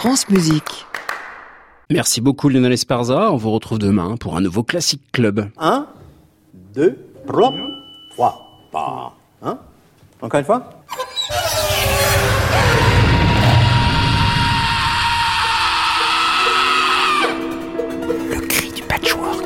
France Musique. Merci beaucoup Lionel Esparza, on vous retrouve demain pour un nouveau Classic Club. 1, 2, 3, pas. Hein? Encore une fois? Le cri du patchwork.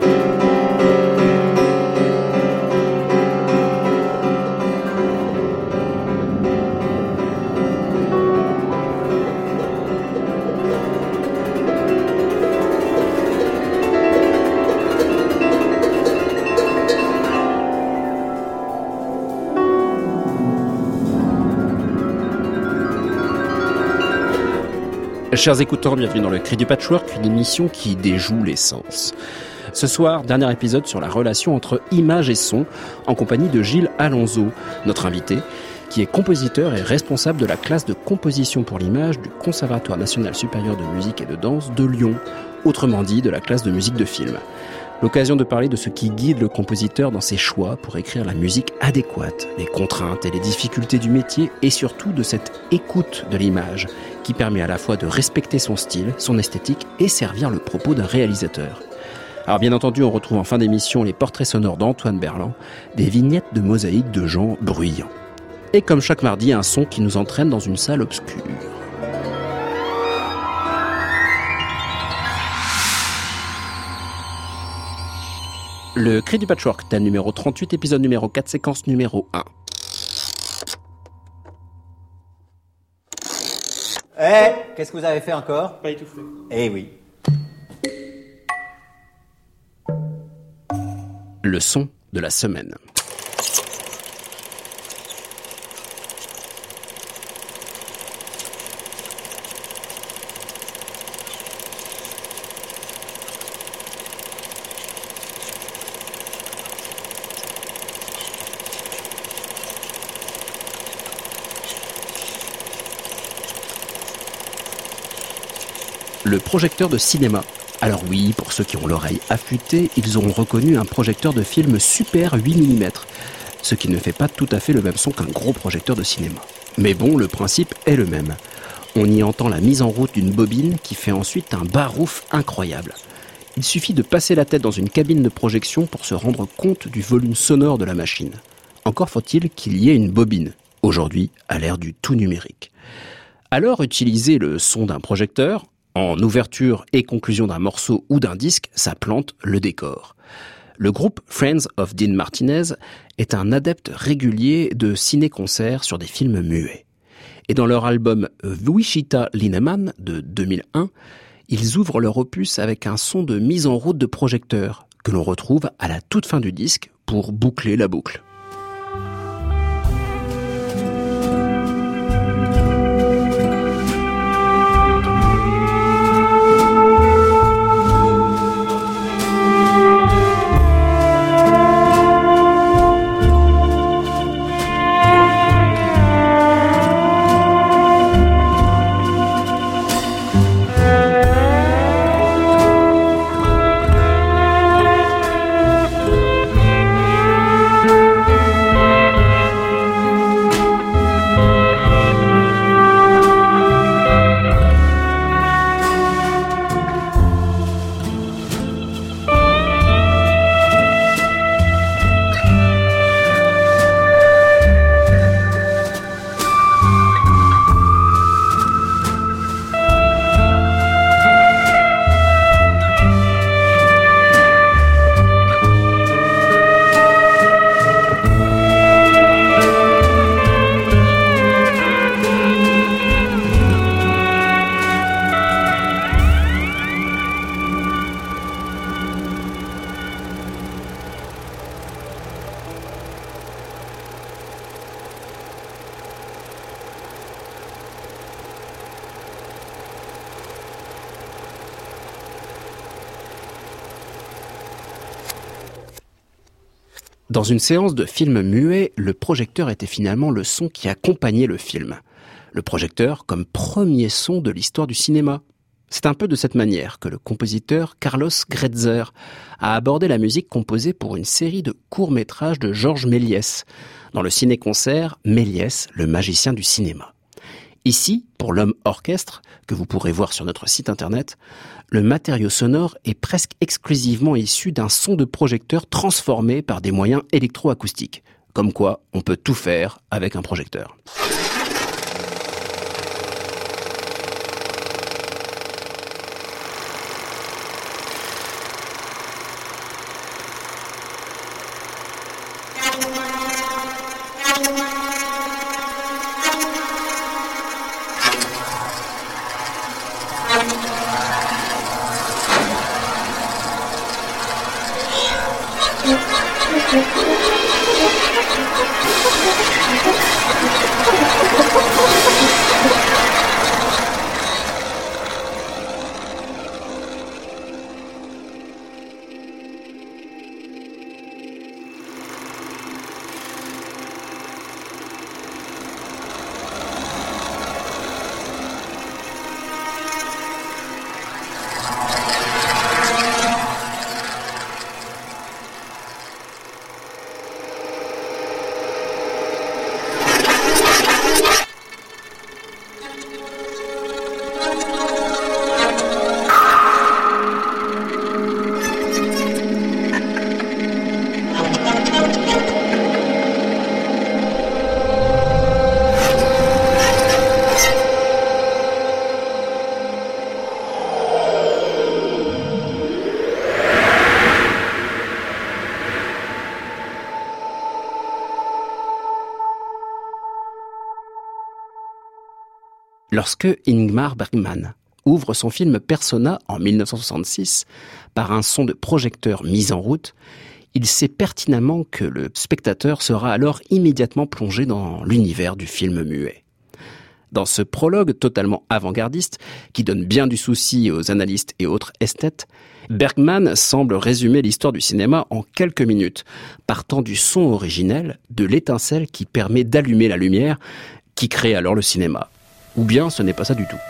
Chers écouteurs, bienvenue dans le Cri du Patchwork, une émission qui déjoue les sens. Ce soir, dernier épisode sur la relation entre image et son, en compagnie de Gilles Alonso, notre invité, qui est compositeur et responsable de la classe de composition pour l'image du Conservatoire national supérieur de musique et de danse de Lyon, autrement dit de la classe de musique de film. L'occasion de parler de ce qui guide le compositeur dans ses choix pour écrire la musique adéquate, les contraintes et les difficultés du métier et surtout de cette écoute de l'image qui permet à la fois de respecter son style, son esthétique et servir le propos d'un réalisateur. Alors bien entendu, on retrouve en fin d'émission les portraits sonores d'Antoine Berland, des vignettes de mosaïques de gens bruyants. Et comme chaque mardi, un son qui nous entraîne dans une salle obscure. Le Cri du Patchwork, thème numéro 38, épisode numéro 4, séquence numéro 1. Qu'est-ce que vous avez fait encore? Pas étouffé. Eh oui. Le son de la semaine. Le projecteur de cinéma. Alors oui, pour ceux qui ont l'oreille affûtée, ils auront reconnu un projecteur de film Super 8 mm, ce qui ne fait pas tout à fait le même son qu'un gros projecteur de cinéma. Mais bon, le principe est le même. On y entend la mise en route d'une bobine qui fait ensuite un barouf incroyable. Il suffit de passer la tête dans une cabine de projection pour se rendre compte du volume sonore de la machine. Encore faut-il qu'il y ait une bobine, aujourd'hui à l'ère du tout numérique. Alors utiliser le son d'un projecteur, en ouverture et conclusion d'un morceau ou d'un disque, ça plante le décor. Le groupe Friends of Dean Martinez est un adepte régulier de ciné-concert sur des films muets. Et dans leur album Wichita Lineman de 2001, ils ouvrent leur opus avec un son de mise en route de projecteur que l'on retrouve à la toute fin du disque pour boucler la boucle. Dans une séance de film muet, le projecteur était finalement le son qui accompagnait le film. Le projecteur comme premier son de l'histoire du cinéma. C'est un peu de cette manière que le compositeur Carlos Gretzer a abordé la musique composée pour une série de courts-métrages de Georges Méliès, dans le ciné-concert Méliès, le magicien du cinéma. Ici, pour l'homme orchestre, que vous pourrez voir sur notre site internet, le matériau sonore est presque exclusivement issu d'un son de projecteur transformé par des moyens électroacoustiques. Comme quoi, on peut tout faire avec un projecteur. Lorsque Ingmar Bergman ouvre son film Persona en 1966 par un son de projecteur mis en route, il sait pertinemment que le spectateur sera alors immédiatement plongé dans l'univers du film muet. Dans ce prologue totalement avant-gardiste, qui donne bien du souci aux analystes et autres esthètes, Bergman semble résumer l'histoire du cinéma en quelques minutes, partant du son originel, de l'étincelle qui permet d'allumer la lumière, qui crée alors le cinéma. Ou bien ce n'est pas ça du tout.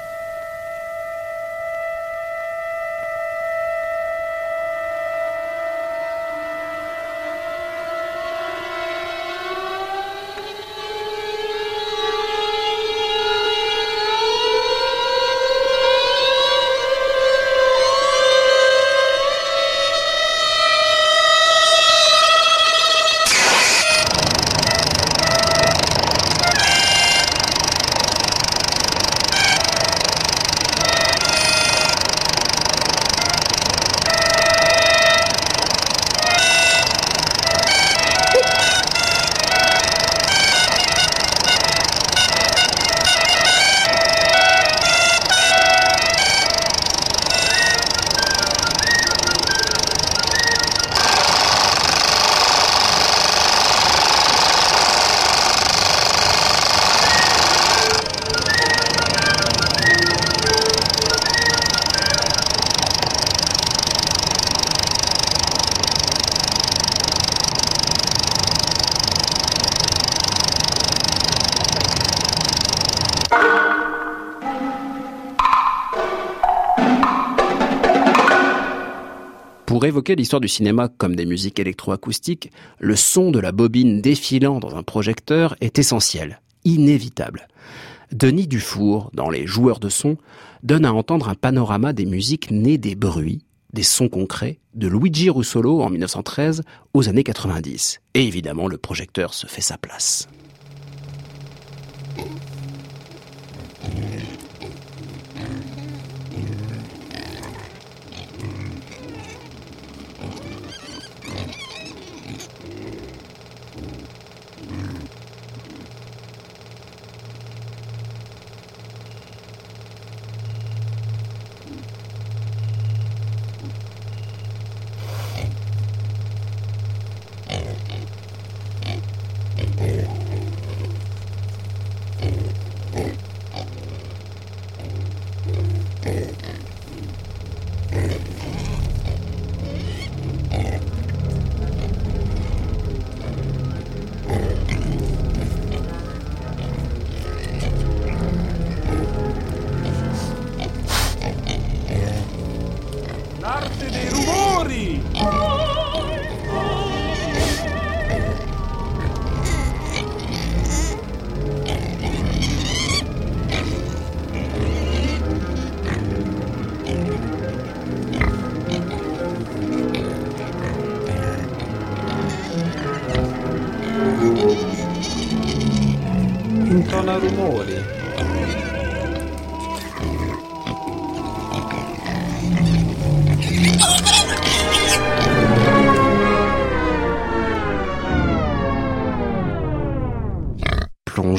Pour évoquer l'histoire du cinéma comme des musiques électroacoustiques, le son de la bobine défilant dans un projecteur est essentiel, inévitable. Denis Dufour, dans Les Joueurs de son, donne à entendre un panorama des musiques nées des bruits, des sons concrets, de Luigi Russolo en 1913 aux années 90. Et évidemment, le projecteur se fait sa place.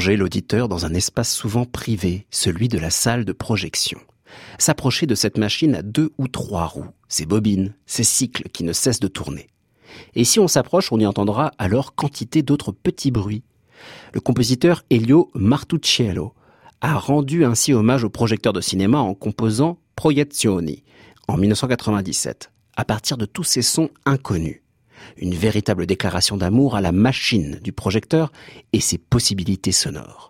plonger l'auditeur dans un espace souvent privé, celui de la salle de projection. S'approcher de cette machine à 2 ou 3 roues, ses bobines, ses cycles qui ne cessent de tourner. Et si on s'approche, on y entendra alors quantité d'autres petits bruits. Le compositeur Elio Martucciello a rendu ainsi hommage au projecteur de cinéma en composant Proiezioni en 1997, à partir de tous ces sons inconnus. Une véritable déclaration d'amour à la machine du projecteur et ses possibilités sonores.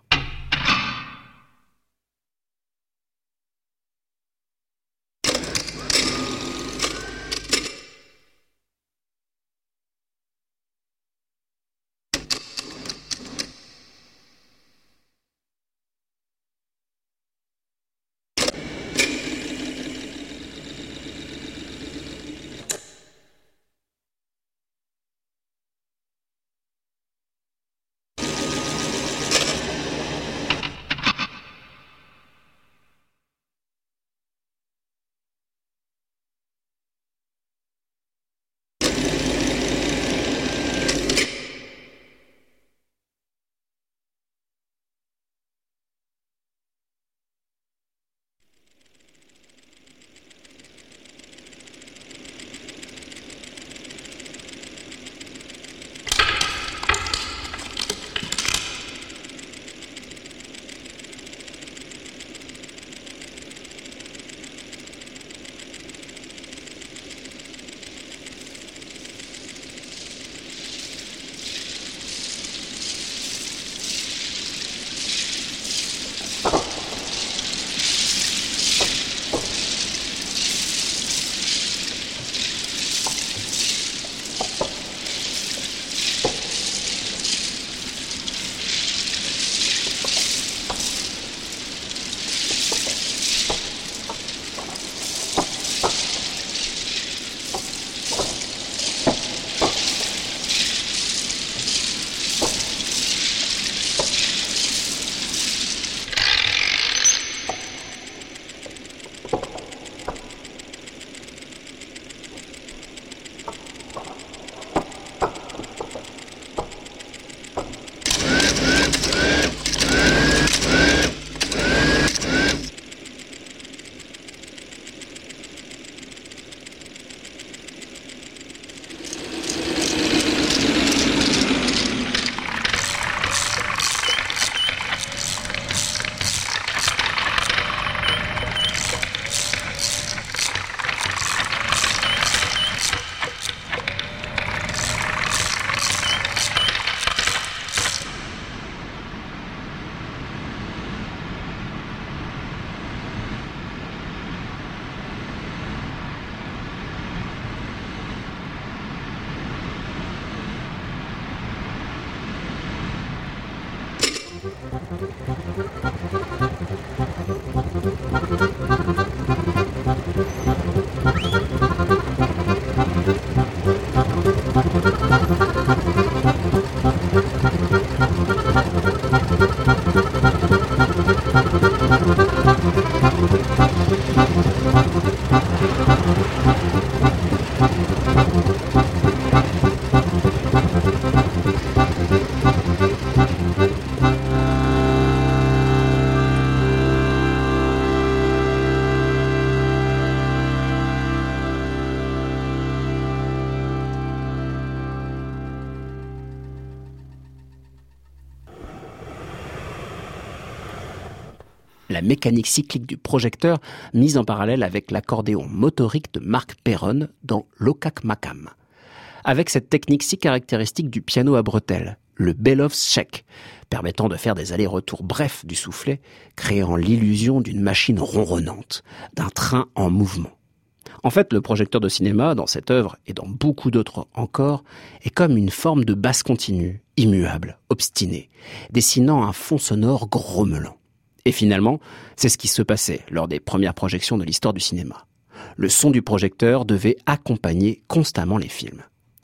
La mécanique cyclique du projecteur mise en parallèle avec l'accordéon motorique de Marc Perron dans Lokak Makam. Avec cette technique si caractéristique du piano à bretelles, le Belovs-Check, permettant de faire des allers-retours brefs du soufflet, créant l'illusion d'une machine ronronnante, d'un train en mouvement. En fait, le projecteur de cinéma, dans cette œuvre et dans beaucoup d'autres encore, est comme une forme de basse continue, immuable, obstinée, dessinant un fond sonore grommelant. Et finalement, c'est ce qui se passait lors des premières projections de l'histoire du cinéma. Le son du projecteur devait accompagner constamment les films.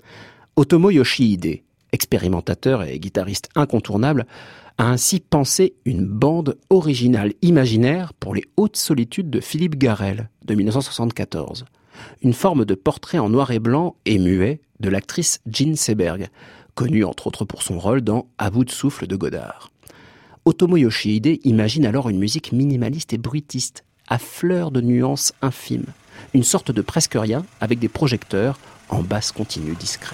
Otomo Yoshihide, expérimentateur et guitariste incontournable, a ainsi pensé une bande originale imaginaire pour les Hautes Solitudes de Philippe Garrel de 1974. Une forme de portrait en noir et blanc et muet de l'actrice Jean Seberg, connue entre autres pour son rôle dans À bout de souffle de Godard. Otomo Yoshihide imagine alors une musique minimaliste et bruitiste, à fleur de nuances infimes, une sorte de presque rien avec des projecteurs en basse continue discrète.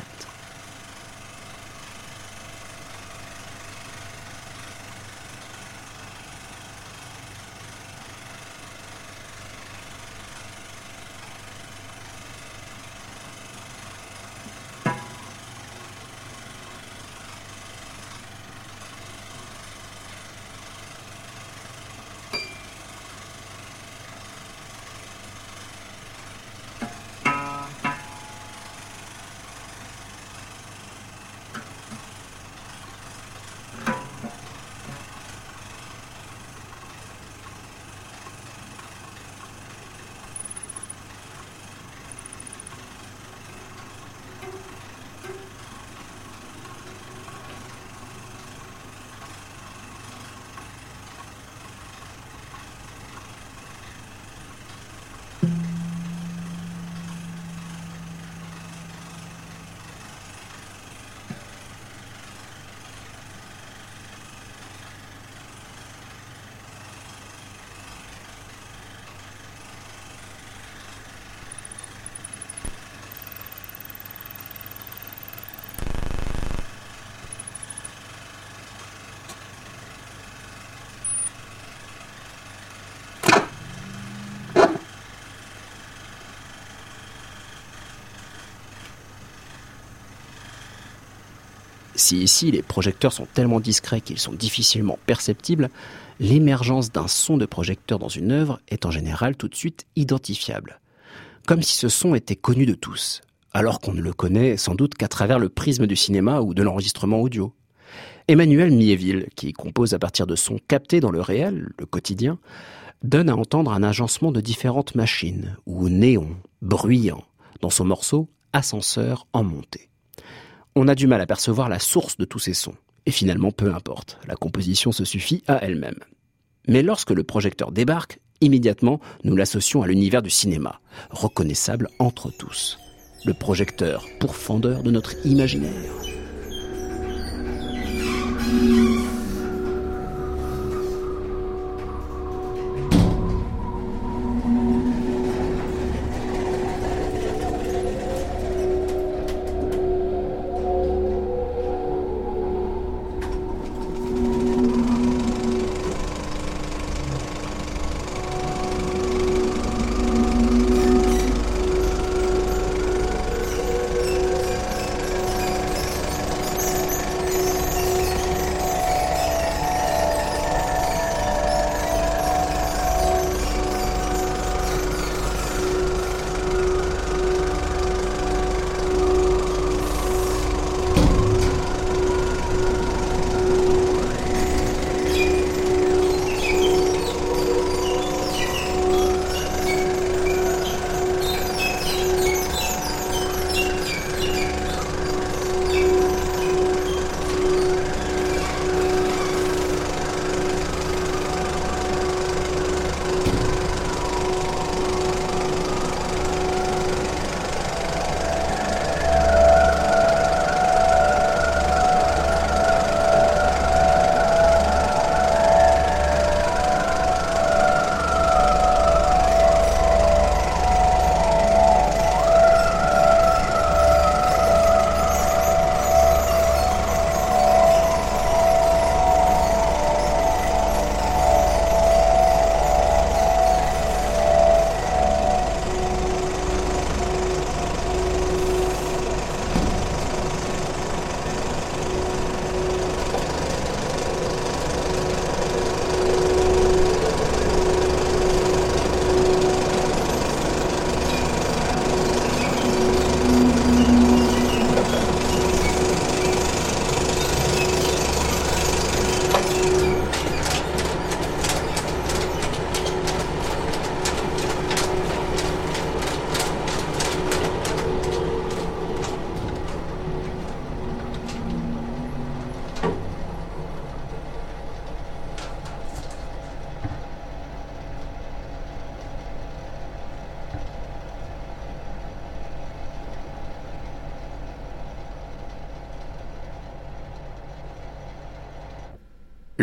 Si ici les projecteurs sont tellement discrets qu'ils sont difficilement perceptibles, l'émergence d'un son de projecteur dans une œuvre est en général tout de suite identifiable. Comme si ce son était connu de tous, alors qu'on ne le connaît sans doute qu'à travers le prisme du cinéma ou de l'enregistrement audio. Emmanuel Miéville, qui compose à partir de sons captés dans le réel, le quotidien, donne à entendre un agencement de différentes machines, ou néons, bruyants, dans son morceau « Ascenseur en montée ». On a du mal à percevoir la source de tous ces sons. Et finalement, peu importe, la composition se suffit à elle-même. Mais lorsque le projecteur débarque, immédiatement, nous l'associons à l'univers du cinéma, reconnaissable entre tous. Le projecteur pourfendeur de notre imaginaire.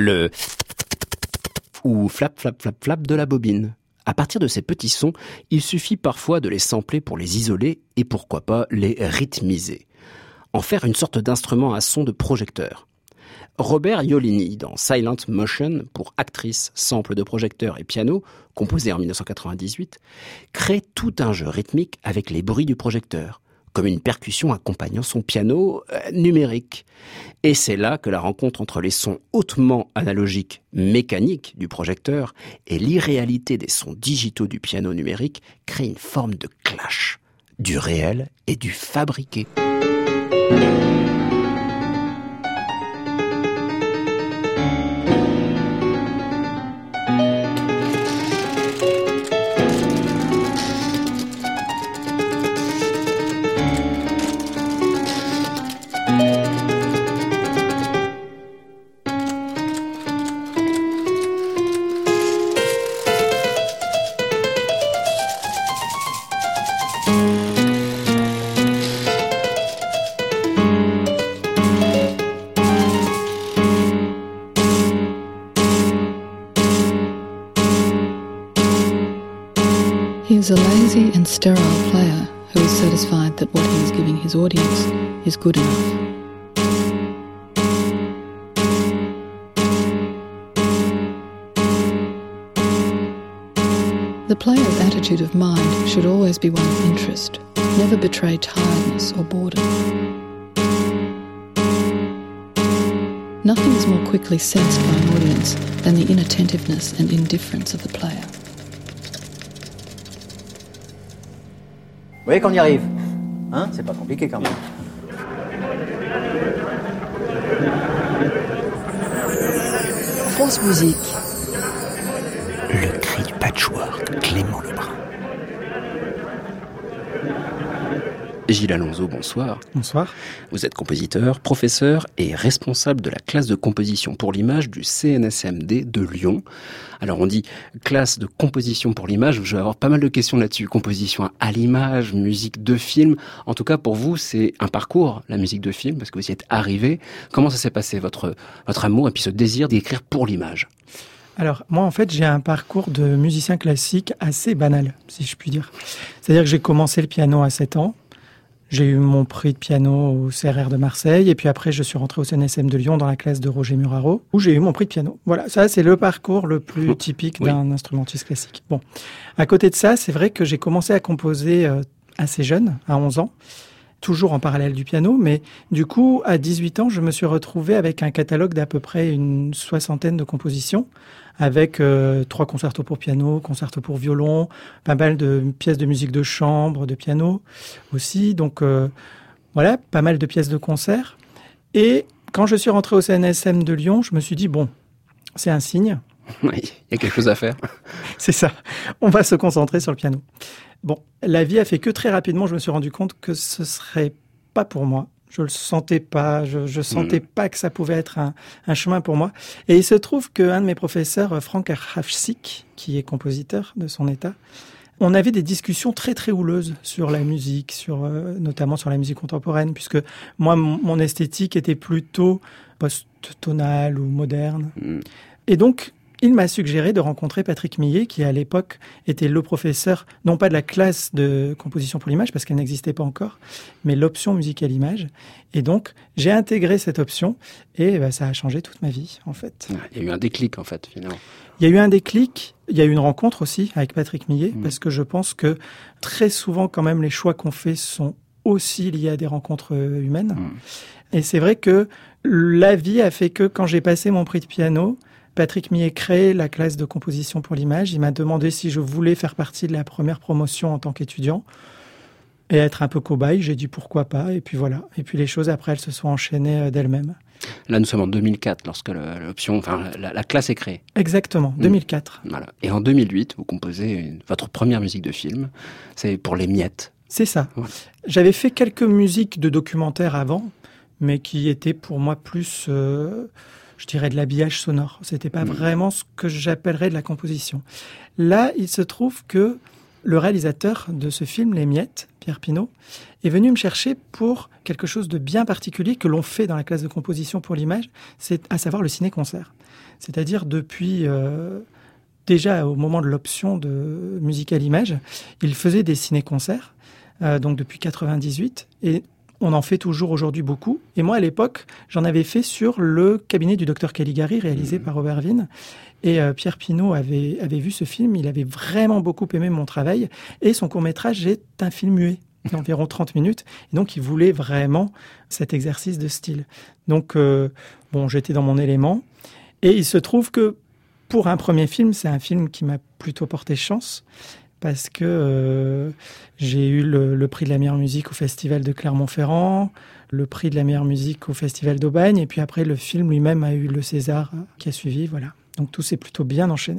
le ou flap flap flap flap de la bobine. À partir de ces petits sons, il suffit parfois de les sampler pour les isoler et pourquoi pas les rythmiser. En faire une sorte d'instrument à son de projecteur. Robert Iolini, dans Silent Motion, pour actrice, sample de projecteur et piano, composé en 1998, crée tout un jeu rythmique avec les bruits du projecteur, comme une percussion accompagnant son piano numérique. Et c'est là que la rencontre entre les sons hautement analogiques, mécaniques du projecteur et l'irréalité des sons digitaux du piano numérique crée une forme de clash, du réel et du fabriqué. He is a lazy and sterile player who is satisfied that what he is giving his audience is good enough. The player's attitude of mind should always be one of interest, never betray tiredness or boredom. Nothing is more quickly sensed by an audience than the inattentiveness and indifference of the player. Vous voyez qu'on y arrive, hein? C'est pas compliqué quand même. France Musique. Le cri du patchwork, Clément Lebrun. Gilles Alonso, bonsoir. Bonsoir. Vous êtes compositeur, professeur et responsable de la classe de composition pour l'image du CNSMD de Lyon. Alors on dit classe de composition pour l'image, je vais avoir pas mal de questions là-dessus. Composition à l'image, musique de film. En tout cas pour vous c'est un parcours, la musique de film, parce que vous y êtes arrivé. Comment ça s'est passé votre amour et puis ce désir d'écrire pour l'image ? Alors, moi, en fait, j'ai un parcours de musicien classique assez banal, si je puis dire. C'est-à-dire que j'ai commencé le piano à 7 ans. J'ai eu mon prix de piano au CRR de Marseille. Et puis après, je suis rentré au CNSM de Lyon dans la classe de Roger Muraro, où j'ai eu mon prix de piano. Voilà, ça, c'est le parcours le plus typique d'un instrumentiste classique. Bon, à côté de ça, c'est vrai que j'ai commencé à composer assez jeune, à 11 ans. Toujours en parallèle du piano, mais du coup, à 18 ans, je me suis retrouvé avec un catalogue d'à peu près une 60aine de compositions, avec 3 concertos pour piano, concertos pour violon, pas mal de pièces de musique de chambre, de piano aussi, donc voilà, pas mal de pièces de concert. Et quand je suis rentré au CNSM de Lyon, je me suis dit, bon, c'est un signe. Oui, il y a quelque chose à faire. C'est ça, on va se concentrer sur le piano. Bon, la vie a fait que très rapidement, je me suis rendu compte que ce serait pas pour moi. Je le sentais pas, je sentais pas que ça pouvait être un chemin pour moi. Et il se trouve qu'un de mes professeurs, Frank Erhafsik, qui est compositeur de son état, on avait des discussions très très houleuses sur la musique, notamment sur la musique contemporaine, puisque moi, mon esthétique était plutôt post-tonale ou moderne. Et donc, il m'a suggéré de rencontrer Patrick Millet, qui à l'époque était le professeur, non pas de la classe de composition pour l'image, parce qu'elle n'existait pas encore, mais l'option musicale-image. Et donc, j'ai intégré cette option, et ça a changé toute ma vie, en fait. Il y a eu un déclic, en fait, finalement. Il y a eu un déclic, il y a eu une rencontre aussi avec Patrick Millet, parce que je pense que très souvent, quand même, les choix qu'on fait sont aussi liés à des rencontres humaines. Et c'est vrai que la vie a fait que quand j'ai passé mon prix de piano, Patrick Millet crée la classe de composition pour l'image. Il m'a demandé si je voulais faire partie de la première promotion en tant qu'étudiant et être un peu cobaye. J'ai dit pourquoi pas. Et puis voilà. Et puis les choses après, elles se sont enchaînées d'elles-mêmes. Là, nous sommes en 2004, lorsque la classe est créée. Exactement, 2004. Voilà. Et en 2008, vous composez votre première musique de film. C'est pour Les Miettes. C'est ça. Ouais. J'avais fait quelques musiques de documentaires avant, mais qui étaient pour moi plus... je dirais de l'habillage sonore. C'était pas vraiment ce que j'appellerais de la composition. Là, il se trouve que le réalisateur de ce film, Les Miettes, Pierre Pinault, est venu me chercher pour quelque chose de bien particulier que l'on fait dans la classe de composition pour l'image, c'est à savoir le ciné-concert. C'est-à-dire depuis... déjà au moment de l'option de musical image, il faisait des ciné-concerts, donc depuis 98, et on en fait toujours aujourd'hui beaucoup. Et moi, à l'époque, j'en avais fait sur le cabinet du docteur Caligari, réalisé par Robert Wiene. Et Pierre Pinault avait vu ce film, il avait vraiment beaucoup aimé mon travail, et son court-métrage est un film muet, d'environ 30 minutes, et donc il voulait vraiment cet exercice de style. Donc, j'étais dans mon élément, et il se trouve que pour un premier film, c'est un film qui m'a plutôt porté chance, parce que j'ai eu le prix de la meilleure musique au Festival de Clermont-Ferrand, le prix de la meilleure musique au Festival d'Aubagne, et puis après, le film lui-même a eu le César qui a suivi, voilà. Donc tout s'est plutôt bien enchaîné.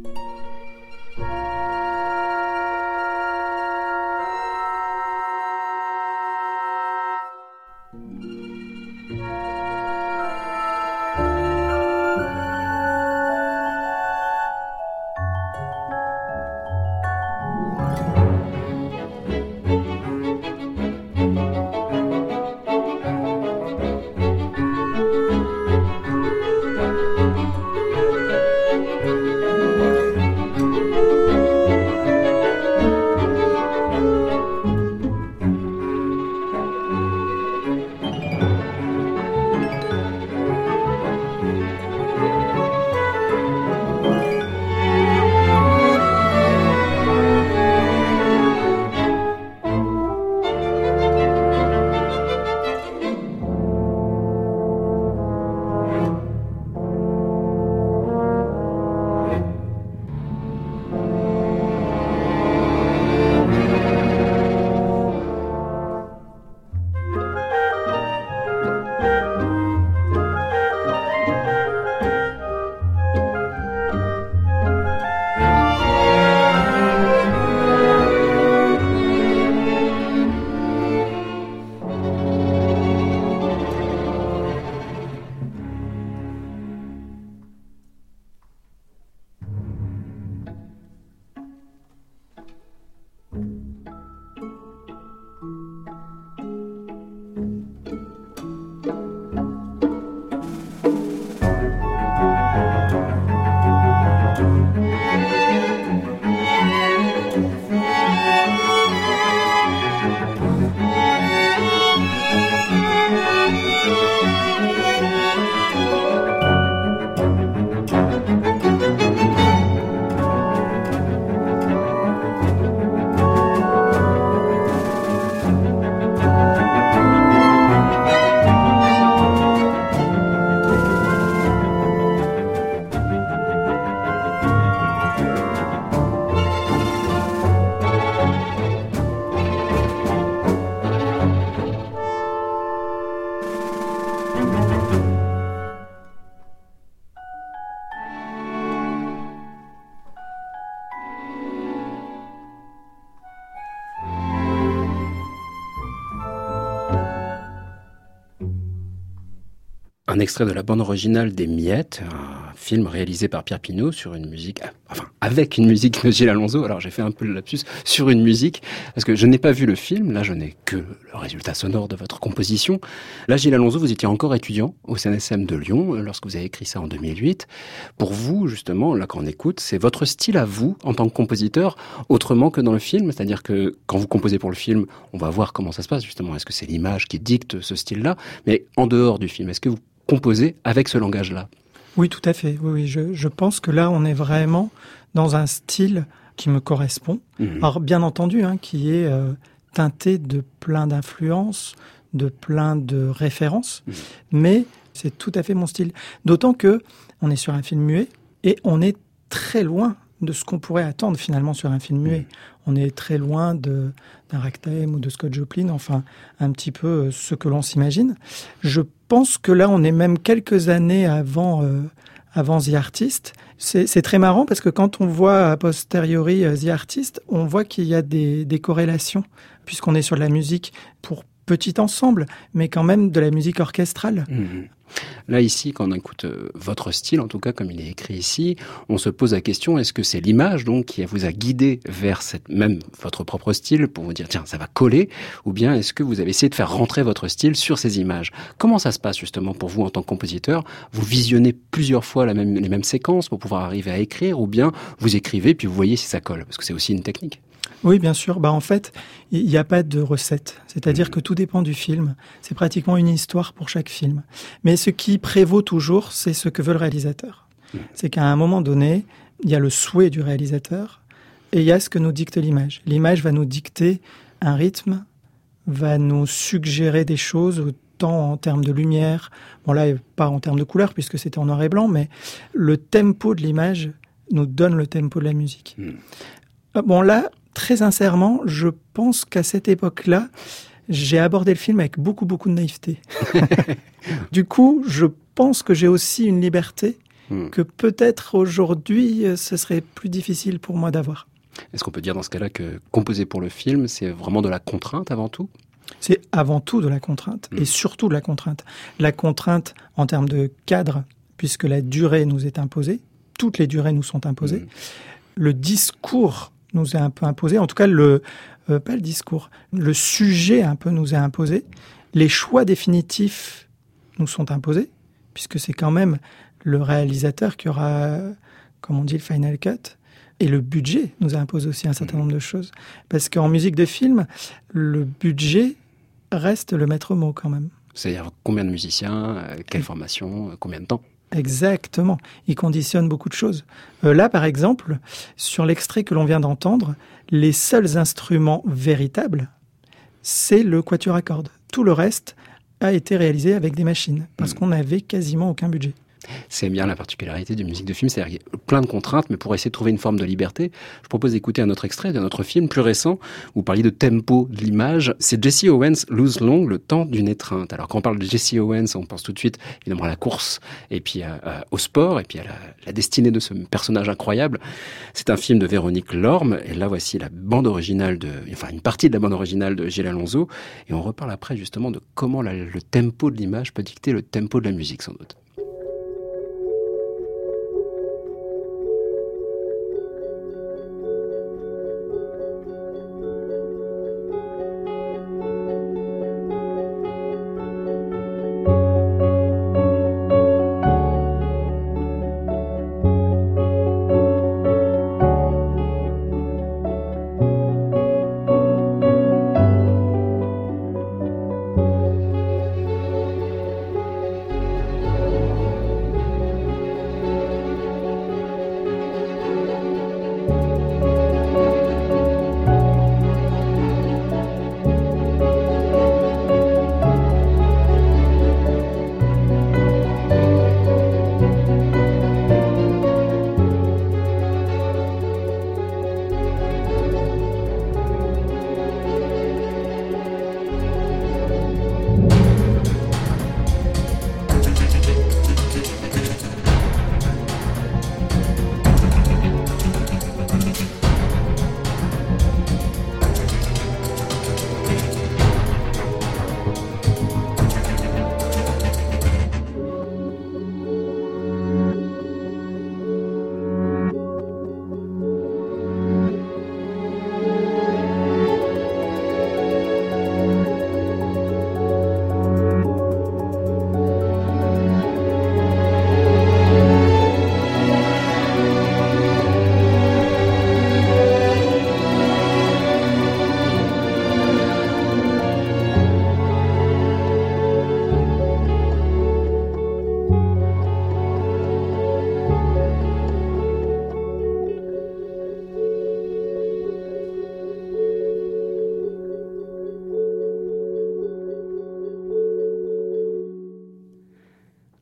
Un extrait de la bande originale des Miettes, un film réalisé par Pierre Pinault sur une musique, avec une musique de Gilles Alonso. Alors j'ai fait un peu le lapsus sur une musique, parce que je n'ai pas vu le film, là je n'ai que le résultat sonore de votre composition. Là, Gilles Alonso, vous étiez encore étudiant au CNSM de Lyon, lorsque vous avez écrit ça en 2008. Pour vous, justement, là quand on écoute, c'est votre style à vous, en tant que compositeur, autrement que dans le film. C'est-à-dire que quand vous composez pour le film, on va voir comment ça se passe, justement. Est-ce que c'est l'image qui dicte ce style-là? Mais en dehors du film, est-ce que vous composez avec ce langage-là? Oui, tout à fait. Oui, je pense que là, on est vraiment dans un style qui me correspond. Alors, bien entendu, qui est teinté de plein d'influences, de plein de références, mais c'est tout à fait mon style. D'autant que on est sur un film muet et on est très loin de ce qu'on pourrait attendre finalement sur un film muet. On est très loin d'un Ragtime ou de Scott Joplin, enfin un petit peu ce que l'on s'imagine. Je pense que là, on est même quelques années avant The Artist. C'est très marrant parce que quand on voit a posteriori The Artist, on voit qu'il y a des corrélations puisqu'on est sur de la musique pour petit ensemble, mais quand même de la musique orchestrale. Là, ici, quand on écoute votre style, en tout cas comme il est écrit ici, on se pose la question, est-ce que c'est l'image donc qui vous a guidé vers même votre propre style pour vous dire, tiens, ça va coller, ou bien est-ce que vous avez essayé de faire rentrer votre style sur ces images? Comment ça se passe justement pour vous en tant que compositeur? Vous visionnez plusieurs fois les mêmes séquences pour pouvoir arriver à écrire, ou bien vous écrivez puis vous voyez si ça colle? Parce que c'est aussi une technique. Oui, bien sûr. En fait, il n'y a pas de recette. C'est-à-dire que tout dépend du film. C'est pratiquement une histoire pour chaque film. Mais ce qui prévaut toujours, c'est ce que veut le réalisateur. C'est qu'à un moment donné, il y a le souhait du réalisateur et il y a ce que nous dicte l'image. L'image va nous dicter un rythme, va nous suggérer des choses, autant en termes de lumière, bon là, pas en termes de couleur puisque c'était en noir et blanc, mais le tempo de l'image nous donne le tempo de la musique. Bon là, très sincèrement, je pense qu'à cette époque-là, j'ai abordé le film avec beaucoup de naïveté. Du coup, je pense que j'ai aussi une liberté que peut-être aujourd'hui, ce serait plus difficile pour moi d'avoir. Est-ce qu'on peut dire dans ce cas-là que composer pour le film, c'est vraiment de la contrainte avant tout ? C'est avant tout de la contrainte, et surtout de la contrainte. La contrainte en termes de cadre, puisque la durée nous est imposée, toutes les durées nous sont imposées. Le discours nous est un peu imposé, en tout cas pas le discours, le sujet un peu nous est imposé, les choix définitifs nous sont imposés, puisque c'est quand même le réalisateur qui aura, comme on dit, le final cut, et le budget nous a imposé aussi un certain nombre de choses. Parce qu'en musique de film, le budget reste le maître mot quand même. C'est-à-dire combien de musiciens, quelle formation, combien de temps ? Exactement. Il conditionne beaucoup de choses. Là, par exemple, sur l'extrait que l'on vient d'entendre, les seuls instruments véritables, c'est le quatuor à cordes. Tout le reste a été réalisé avec des machines, parce qu'on n'avait quasiment aucun budget. C'est bien la particularité du musique de film, c'est-à-dire qu'il y a plein de contraintes, mais pour essayer de trouver une forme de liberté, je propose d'écouter un autre extrait d'un autre film plus récent. Vous parliez de tempo de l'image. C'est Jesse Owens, Lose Long, le temps d'une étreinte. Alors quand on parle de Jesse Owens, on pense tout de suite évidemment à la course, et puis au sport, et puis à la destinée de ce personnage incroyable. C'est un film de Véronique Lorme, et là voici la bande originale une partie de la bande originale de Gilles Alonso, et on reparle après justement de comment le tempo de l'image peut dicter le tempo de la musique sans doute.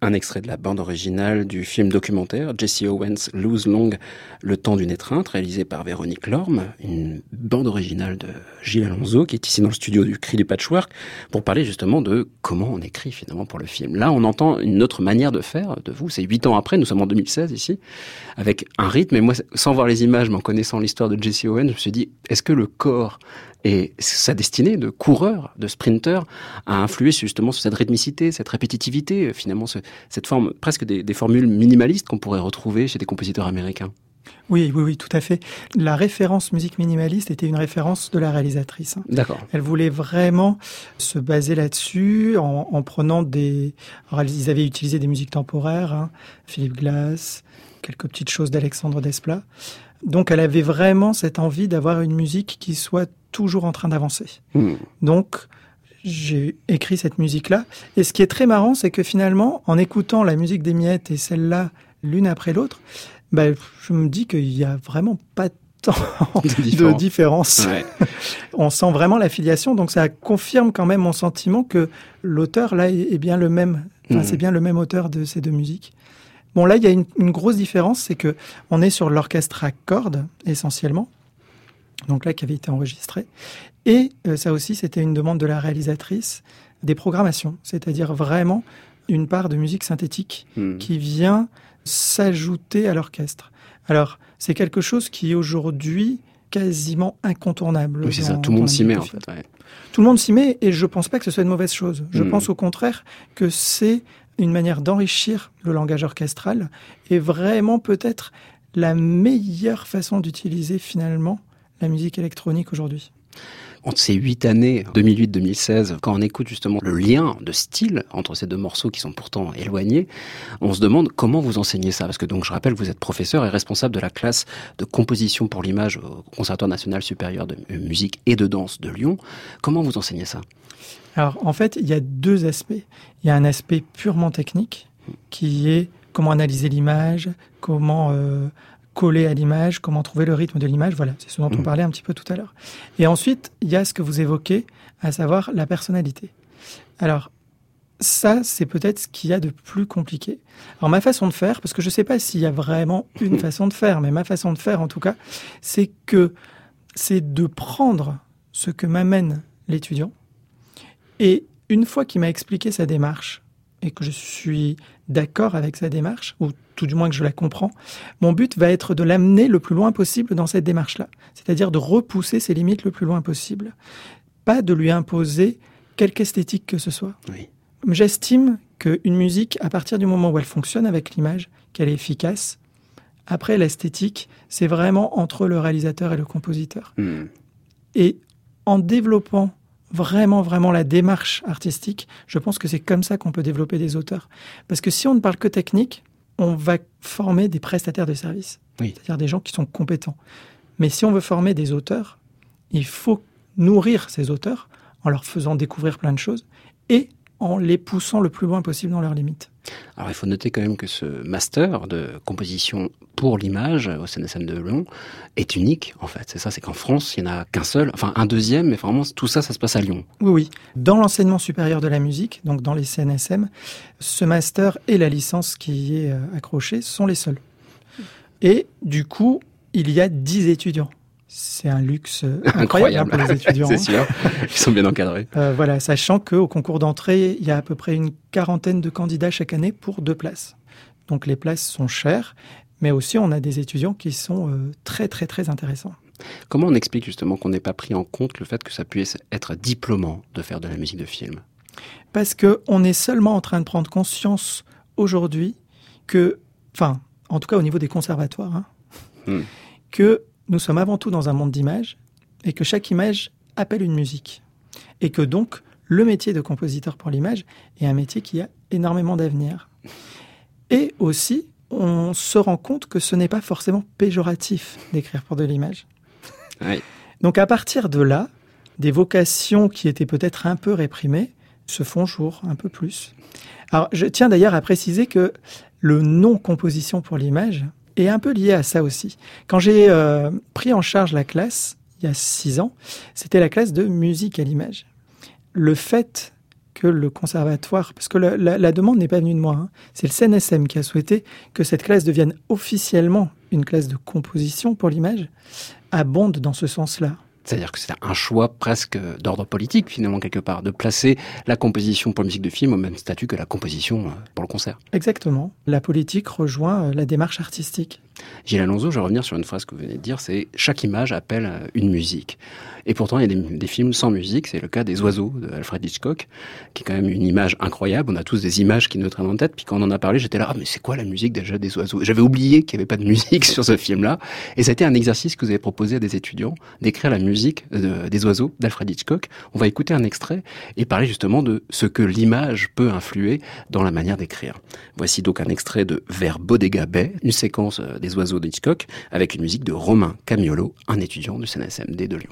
Un extrait de la bande originale du film documentaire Jesse Owens Lose Long, Le temps d'une étreinte, réalisé par Véronique Lorme, une bande originale de Gilles Alonso qui est ici dans le studio du Cri du Patchwork pour parler justement de comment on écrit finalement pour le film. Là, on entend une autre manière de faire de vous. C'est 8 ans après, nous sommes en 2016 ici, avec un rythme. Et moi, sans voir les images, mais en connaissant l'histoire de Jesse Owens, je me suis dit, est-ce que le corps et sa destinée de coureur, de sprinter, a influé justement sur cette rythmicité, cette répétitivité, finalement cette forme presque des formules minimalistes qu'on pourrait retrouver chez des compositeurs américains. Oui, tout à fait. La référence musique minimaliste était une référence de la réalisatrice. D'accord. Elle voulait vraiment se baser là-dessus en prenant des... Alors, ils avaient utilisé des musiques temporaires, Philip Glass, quelques petites choses d'Alexandre Desplat. Donc, elle avait vraiment cette envie d'avoir une musique qui soit toujours en train d'avancer. Donc, j'ai écrit cette musique-là. Et ce qui est très marrant, c'est que finalement, en écoutant la musique des Miettes et celle-là l'une après l'autre, je me dis qu'il n'y a vraiment pas tant de différence. Ouais. On sent vraiment l'affiliation, donc ça confirme quand même mon sentiment que l'auteur, là, est bien le même. Enfin, c'est bien le même auteur de ces deux musiques. Bon, là, il y a une grosse différence, c'est que on est sur l'orchestre à cordes, essentiellement. Donc là, qui avait été enregistré. Et ça aussi, c'était une demande de la réalisatrice, des programmations, c'est-à-dire vraiment une part de musique synthétique qui vient s'ajouter à l'orchestre. Alors, c'est quelque chose qui est aujourd'hui quasiment incontournable. Oui, c'est ça, tout le monde s'y met en fait. Ouais. Tout le monde s'y met et je ne pense pas que ce soit une mauvaise chose. Je pense au contraire que c'est une manière d'enrichir le langage orchestral et vraiment peut-être la meilleure façon d'utiliser finalement la musique électronique aujourd'hui. Entre ces 8 années, 2008-2016, quand on écoute justement le lien de style entre ces deux morceaux qui sont pourtant éloignés, on se demande comment vous enseignez ça. Parce que donc je rappelle que vous êtes professeur et responsable de la classe de composition pour l'image au Conservatoire national supérieur de musique et de danse de Lyon. Comment vous enseignez ça ? Alors en fait, il y a deux aspects. Il y a un aspect purement technique qui est comment analyser l'image, comment coller à l'image, comment trouver le rythme de l'image. Voilà, c'est ce dont on parlait un petit peu tout à l'heure. Et ensuite, il y a ce que vous évoquez, à savoir la personnalité. Alors, ça, c'est peut-être ce qu'il y a de plus compliqué. Alors, ma façon de faire, parce que je ne sais pas s'il y a vraiment une façon de faire, mais ma façon de faire, en tout cas, c'est de prendre ce que m'amène l'étudiant, et une fois qu'il m'a expliqué sa démarche, et que je suis d'accord avec sa démarche, ou tout du moins que je la comprends, mon but va être de l'amener le plus loin possible dans cette démarche-là. C'est-à-dire de repousser ses limites le plus loin possible. Pas de lui imposer quelque esthétique que ce soit. Oui. J'estime qu'une musique, à partir du moment où elle fonctionne avec l'image, qu'elle est efficace, après l'esthétique, c'est vraiment entre le réalisateur et le compositeur. Et en développant vraiment la démarche artistique, je pense que c'est comme ça qu'on peut développer des auteurs. Parce que si on ne parle que technique, on va former des prestataires de services, c'est-à-dire des gens qui sont compétents. Mais si on veut former des auteurs, il faut nourrir ces auteurs en leur faisant découvrir plein de choses et en les poussant le plus loin possible dans leurs limites. Alors il faut noter quand même que ce master de composition pour l'image au CNSM de Lyon est unique en fait. C'est ça, c'est qu'en France, il n'y en a qu'un seul, enfin un deuxième, mais vraiment tout ça, ça se passe à Lyon. Oui. Dans l'enseignement supérieur de la musique, donc dans les CNSM, ce master et la licence qui y est accrochée sont les seuls. Et du coup, il y a 10 étudiants. C'est un luxe incroyable pour les étudiants. C'est sûr, ils sont bien encadrés. Voilà, sachant qu'au concours d'entrée, il y a à peu près une quarantaine de candidats chaque année pour 2 places. Donc les places sont chères, mais aussi on a des étudiants qui sont très intéressants. Comment on explique justement qu'on n'ait pas pris en compte le fait que ça puisse être diplômant de faire de la musique de film ? Parce qu'on est seulement en train de prendre conscience aujourd'hui que, enfin, en tout cas au niveau des conservatoires, que nous sommes avant tout dans un monde d'images et que chaque image appelle une musique. Et que donc, le métier de compositeur pour l'image est un métier qui a énormément d'avenir. Et aussi, on se rend compte que ce n'est pas forcément péjoratif d'écrire pour de l'image. Oui. Donc à partir de là, des vocations qui étaient peut-être un peu réprimées se font jour un peu plus. Alors je tiens d'ailleurs à préciser que le nom composition pour l'image est un peu lié à ça aussi. Quand j'ai pris en charge la classe, il y a 6 ans, c'était la classe de musique à l'image. Le fait que le conservatoire, parce que la demande n'est pas venue de moi, hein. C'est le CNSM qui a souhaité que cette classe devienne officiellement une classe de composition pour l'image, abonde dans ce sens-là. C'est-à-dire que c'est un choix presque d'ordre politique, finalement, quelque part, de placer la composition pour la musique de film au même statut que la composition pour le concert. Exactement. La politique rejoint la démarche artistique. Gilles Alonso, je vais revenir sur une phrase que vous venez de dire, c'est « chaque image appelle une musique ». Et pourtant, il y a des films sans musique, c'est le cas des Oiseaux de Alfred Hitchcock, qui est quand même une image incroyable. On a tous des images qui nous traînent en tête, puis quand on en a parlé, j'étais là « Ah, mais c'est quoi la musique déjà des Oiseaux ?» J'avais oublié qu'il n'y avait pas de musique sur ce film-là, et ça a été un exercice que vous avez proposé à des étudiants, d'écrire la musique des Oiseaux d'Alfred Hitchcock. On va écouter un extrait et parler justement de ce que l'image peut influer dans la manière d'écrire. Voici donc un extrait de Vers Bodega Bay, une séquence des Oiseaux d'Hitchcock, avec une musique de Romain Camiolo, un étudiant du CNSMD de Lyon.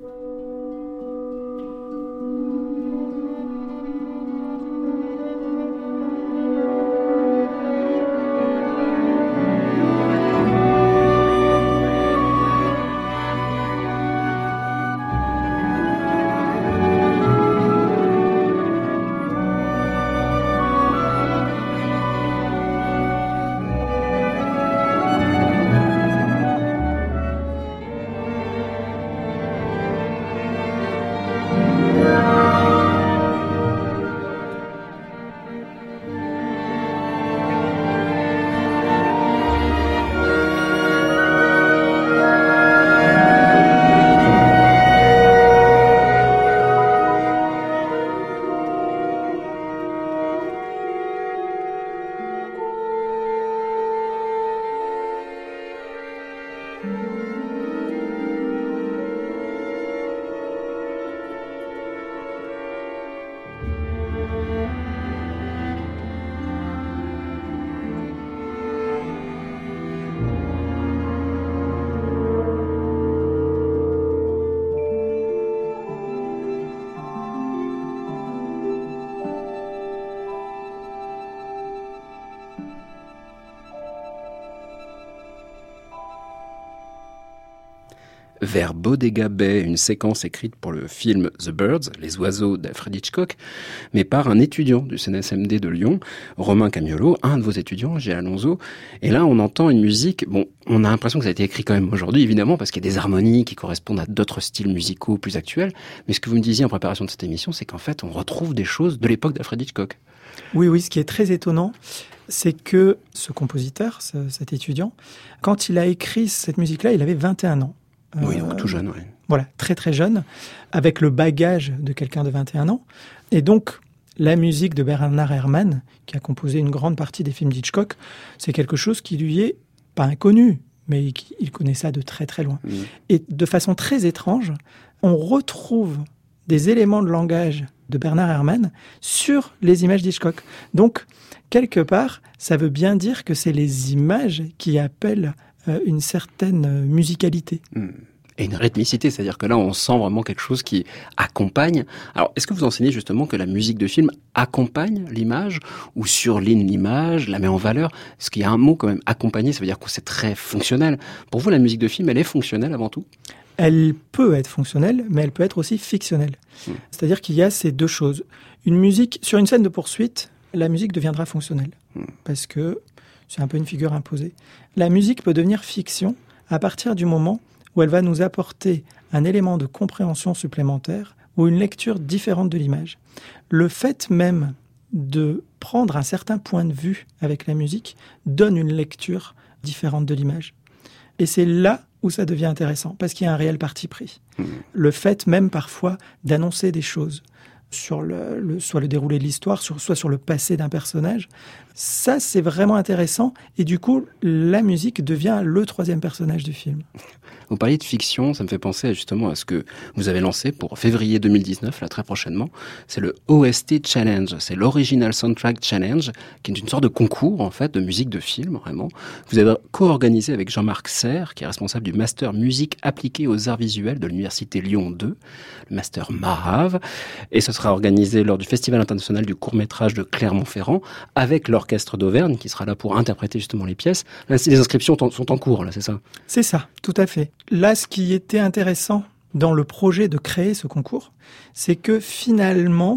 Vers Bodega Bay, une séquence écrite pour le film The Birds, Les Oiseaux d'Alfred Hitchcock, mais par un étudiant du CNSMD de Lyon, Romain Camiolo, un de vos étudiants, Gilles Alonso. Et là, on entend une musique, bon, on a l'impression que ça a été écrit quand même aujourd'hui, évidemment, parce qu'il y a des harmonies qui correspondent à d'autres styles musicaux plus actuels. Mais ce que vous me disiez en préparation de cette émission, c'est qu'en fait, on retrouve des choses de l'époque d'Alfred Hitchcock. Oui, ce qui est très étonnant, c'est que ce compositeur, cet étudiant, quand il a écrit cette musique-là, il avait 21 ans. Oui, donc tout jeune, oui. Voilà, très très jeune, avec le bagage de quelqu'un de 21 ans. Et donc, la musique de Bernard Herrmann, qui a composé une grande partie des films d'Hitchcock, c'est quelque chose qui lui est pas inconnu, mais il connaît ça de très très loin. Et de façon très étrange, on retrouve des éléments de langage de Bernard Herrmann sur les images d'Hitchcock. Donc, quelque part, ça veut bien dire que c'est les images qui appellent une certaine musicalité. Et une rythmicité, c'est-à-dire que là, on sent vraiment quelque chose qui accompagne. Alors, est-ce que vous enseignez justement que la musique de film accompagne l'image ou surligne l'image, la met en valeur? Parce qu'il y a un mot quand même, accompagner, ça veut dire que c'est très fonctionnel. Pour vous, la musique de film, elle est fonctionnelle avant tout? Elle peut être fonctionnelle, mais elle peut être aussi fictionnelle. C'est-à-dire qu'il y a ces deux choses. Une musique, sur une scène de poursuite, la musique deviendra fonctionnelle. Parce que c'est un peu une figure imposée. La musique peut devenir fiction à partir du moment où elle va nous apporter un élément de compréhension supplémentaire ou une lecture différente de l'image. Le fait même de prendre un certain point de vue avec la musique donne une lecture différente de l'image. Et c'est là où ça devient intéressant, parce qu'il y a un réel parti pris. Le fait même parfois d'annoncer des choses sur soit le déroulé de l'histoire, soit sur le passé d'un personnage, ça c'est vraiment intéressant, et du coup la musique devient le troisième personnage du film. Vous parliez de fiction, ça me fait penser justement à ce que vous avez lancé pour février 2019, là très prochainement. C'est le OST Challenge, c'est l'Original Soundtrack Challenge, qui est une sorte de concours en fait de musique de film, vraiment. Vous avez co-organisé avec Jean-Marc Serre, qui est responsable du Master Musique appliquée aux arts visuels de l'Université Lyon 2, le Master Marave, et ce sera organisé lors du Festival international du court-métrage de Clermont-Ferrand, avec l'Orchestre d'Auvergne, qui sera là pour interpréter justement les pièces. Là, les inscriptions sont en cours, là, c'est ça? C'est ça, tout à fait. Là, ce qui était intéressant dans le projet de créer ce concours, c'est que finalement,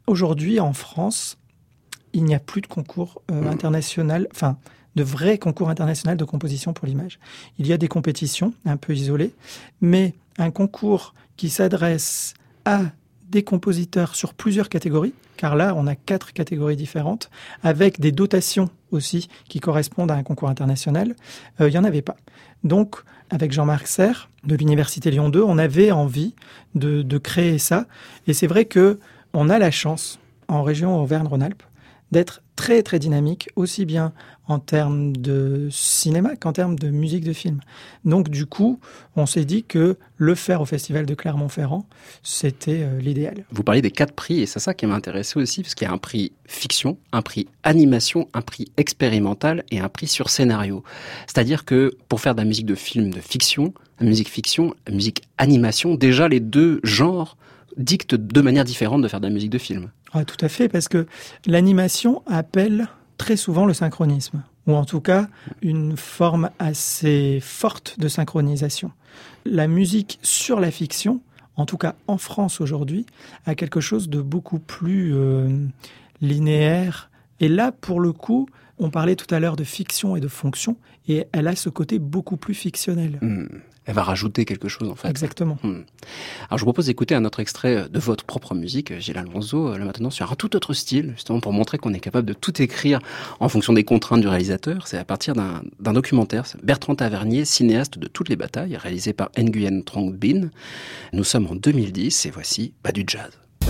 Aujourd'hui, en France, il n'y a plus de concours international, enfin, de vrais concours internationaux de composition pour l'image. Il y a des compétitions un peu isolées, mais un concours qui s'adresse à des compositeurs sur plusieurs catégories, car là, on a 4 catégories différentes, avec des dotations aussi qui correspondent à un concours international, il n'y en avait pas. Donc, avec Jean-Marc Serre, de l'Université Lyon 2, on avait envie de créer ça. Et c'est vrai qu'on a la chance, en région Auvergne-Rhône-Alpes, d'être très très dynamique, aussi bien en termes de cinéma qu'en termes de musique de film. Donc du coup, on s'est dit que le faire au Festival de Clermont-Ferrand, c'était l'idéal. Vous parlez des 4 prix, et c'est ça qui m'a intéressé aussi, parce qu'il y a un prix fiction, un prix animation, un prix expérimental et un prix sur scénario. C'est-à-dire que pour faire de la musique de film de fiction, la musique animation, déjà les 2 genres dictent de manière différente de faire de la musique de film. Ah, tout à fait, parce que l'animation appelle très souvent le synchronisme, ou en tout cas une forme assez forte de synchronisation. La musique sur la fiction, en tout cas en France aujourd'hui, a quelque chose de beaucoup plus linéaire. Et là, pour le coup, on parlait tout à l'heure de fiction et de fonction, et elle a ce côté beaucoup plus fictionnel. Elle va rajouter quelque chose, en fait. Exactement. Alors, je vous propose d'écouter un autre extrait de votre propre musique, Gilles Alonso, là maintenant sur un tout autre style, justement pour montrer qu'on est capable de tout écrire en fonction des contraintes du réalisateur. C'est à partir d'un documentaire, Bertrand Tavernier, cinéaste de toutes les batailles, réalisé par Nguyen Trong Binh. Nous sommes en 2010 et voici du jazz.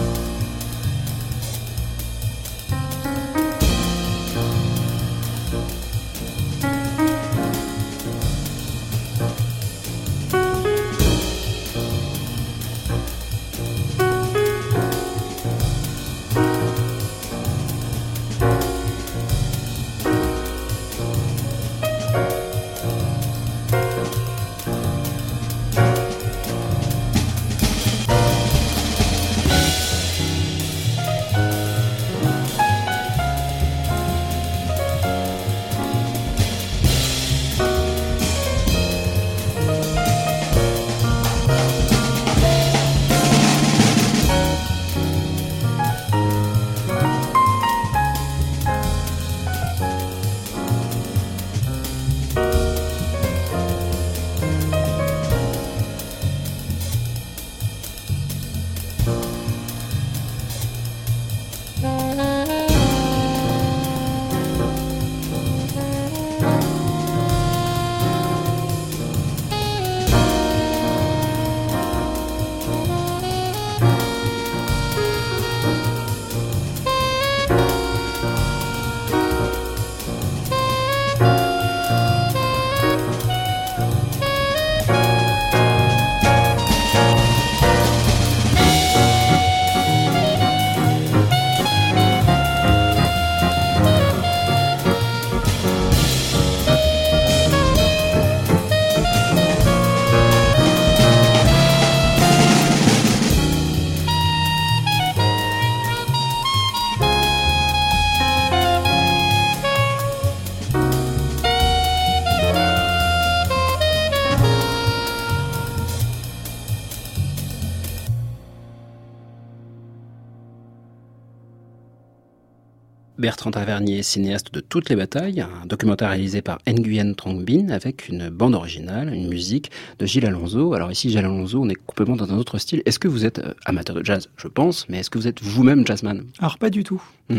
Bertrand Tavernier, cinéaste de toutes les batailles, un documentaire réalisé par Nguyen Trong Binh avec une bande originale, une musique de Gilles Alonso. Alors ici, Gilles Alonso, on est complètement dans un autre style. Est-ce que vous êtes amateur de jazz? Je pense, mais est-ce que vous êtes vous-même jazzman? Alors pas du tout.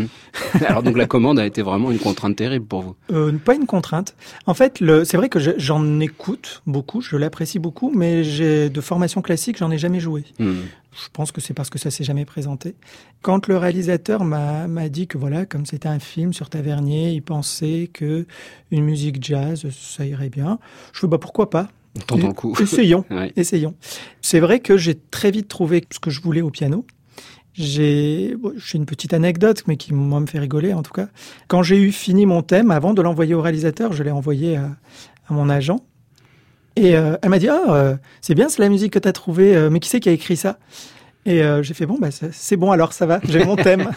Alors donc la commande a été vraiment une contrainte terrible pour vous? Pas une contrainte. En fait, c'est vrai que j'en écoute beaucoup, je l'apprécie beaucoup, mais de formation classique, j'en ai jamais joué. Je pense que c'est parce que ça s'est jamais présenté. Quand le réalisateur m'a dit que voilà, comme c'était un film sur Tavernier, il pensait que une musique jazz, ça irait bien. Je fais pourquoi pas. Tentons le coup. Essayons, ouais. Essayons. C'est vrai que j'ai très vite trouvé ce que je voulais au piano. J'ai une petite anecdote, mais qui moi me fait rigoler en tout cas. Quand j'ai eu fini mon thème, avant de l'envoyer au réalisateur, je l'ai envoyé à mon agent. Et elle m'a dit c'est bien, c'est la musique que tu as trouvée, mais qui c'est qui a écrit ça? Et j'ai fait c'est bon, alors ça va, j'ai mon thème.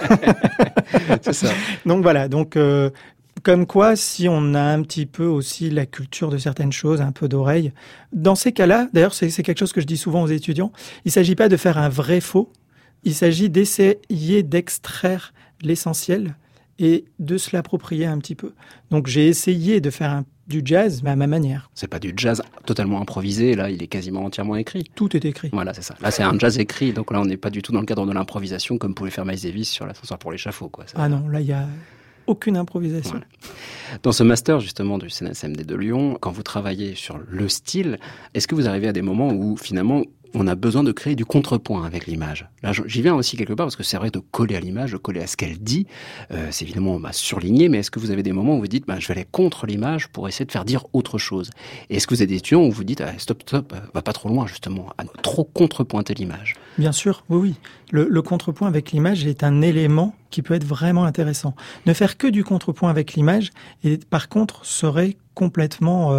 C'est ça. Donc voilà, comme quoi, si on a un petit peu aussi la culture de certaines choses, un peu d'oreille, dans ces cas-là, d'ailleurs c'est quelque chose que je dis souvent aux étudiants, il ne s'agit pas de faire un vrai faux, Il s'agit d'essayer d'extraire l'essentiel et de se l'approprier un petit peu. Donc j'ai essayé de faire du jazz, mais à ma manière. C'est pas du jazz totalement improvisé, là, il est quasiment entièrement écrit. Tout est écrit. Voilà, c'est ça. Là, c'est un jazz écrit, donc là, on n'est pas du tout dans le cadre de l'improvisation, comme pouvait faire Miles Davis sur l'ascenseur pour l'échafaud, quoi. Ah non, là, il y a aucune improvisation. Voilà. Dans ce master, justement, du CNSMD de Lyon, quand vous travaillez sur le style, est-ce que vous arrivez à des moments où, finalement, on a besoin de créer du contrepoint avec l'image? Là, j'y viens aussi quelque part, parce que c'est vrai de coller à l'image, de coller à ce qu'elle dit, c'est évidemment surligné, mais est-ce que vous avez des moments où vous dites, je vais aller contre l'image pour essayer de faire dire autre chose? Et est-ce que vous avez des étudiants où vous dites, stop, va pas trop loin, justement, à trop contrepointer l'image? Bien sûr, oui. Le contrepoint avec l'image est un élément qui peut être vraiment intéressant. Ne faire que du contrepoint avec l'image, et par contre, serait complètement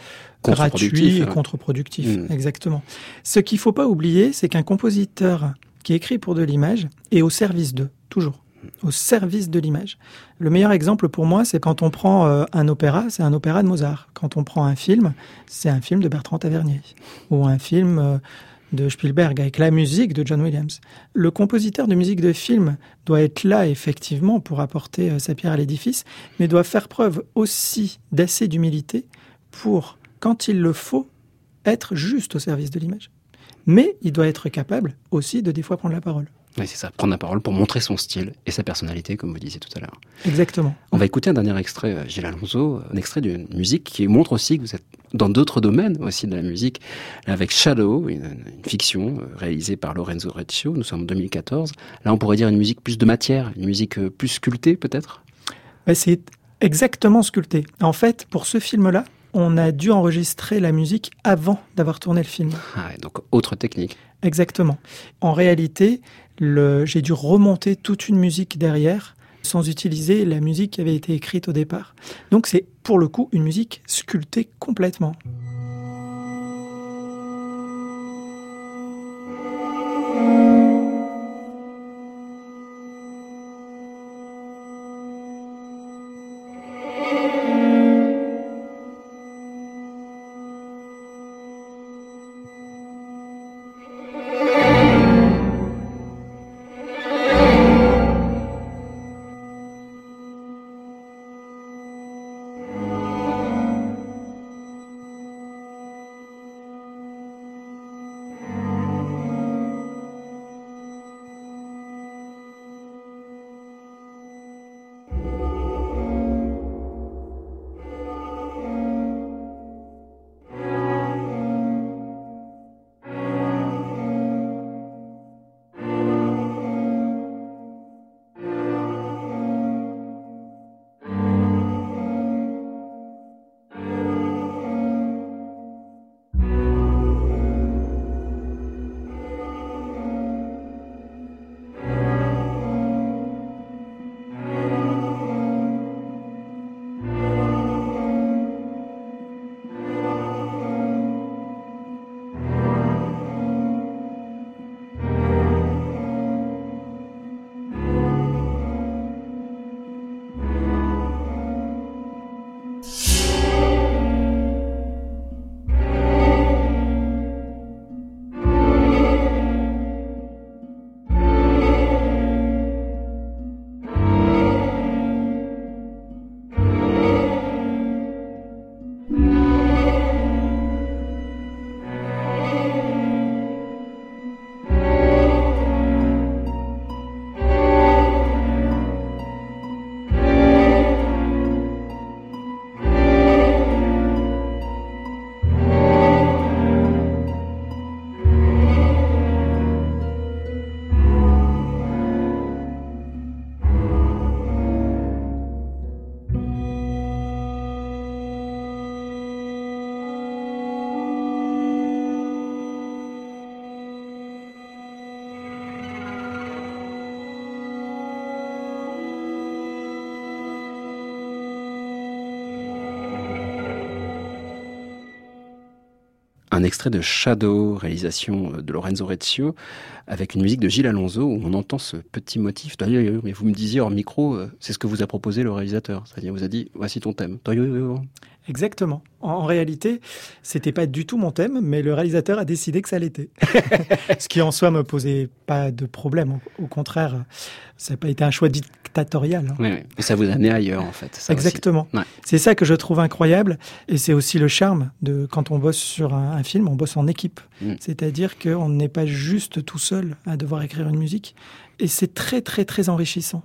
gratuit et contre-productif. Exactement. Ce qu'il ne faut pas oublier, c'est qu'un compositeur qui écrit pour de l'image est au service d'eux, toujours. Au service de l'image. Le meilleur exemple pour moi, c'est quand on prend un opéra, c'est un opéra de Mozart. Quand on prend un film, c'est un film de Bertrand Tavernier. Ou un film de Spielberg avec la musique de John Williams. Le compositeur de musique de film doit être là, effectivement, pour apporter sa pierre à l'édifice, mais doit faire preuve aussi d'assez d'humilité pour, quand il le faut, être juste au service de l'image. Mais il doit être capable aussi de des fois prendre la parole. Oui, c'est ça, prendre la parole pour montrer son style et sa personnalité, comme vous disiez tout à l'heure. Exactement. On va écouter un dernier extrait, Gilles Alonso, un extrait d'une musique qui montre aussi que vous êtes dans d'autres domaines aussi de la musique, avec Shadow, une fiction réalisée par Lorenzo Reccio, nous sommes en 2014. Là, on pourrait dire une musique plus de matière, une musique plus sculptée peut-être? C'est exactement sculpté. En fait, pour ce film-là, on a dû enregistrer la musique avant d'avoir tourné le film. Ah, donc autre technique. Exactement. En réalité, j'ai dû remonter toute une musique derrière sans utiliser la musique qui avait été écrite au départ. Donc c'est pour le coup une musique sculptée complètement. un extrait de Shadow, réalisation de Lorenzo Rezio, avec une musique de Gilles Alonso, où on entend ce petit motif. Mais vous me disiez hors micro, c'est ce que vous a proposé le réalisateur. C'est-à-dire, vous a dit, voici ton thème. Exactement. En réalité, c'était pas du tout mon thème, mais le réalisateur a décidé que ça l'était. Ce qui en soi me posait pas de problème. Au contraire, ça n'a pas été un choix dictatorial. Oui. Et ça vous a amené ailleurs, en fait. Ça exactement. Ouais. C'est ça que je trouve incroyable. Et c'est aussi le charme de quand on bosse sur un film, on bosse en équipe. C'est-à-dire qu'on n'est pas juste tout seul à devoir écrire une musique. Et c'est très, très, très enrichissant.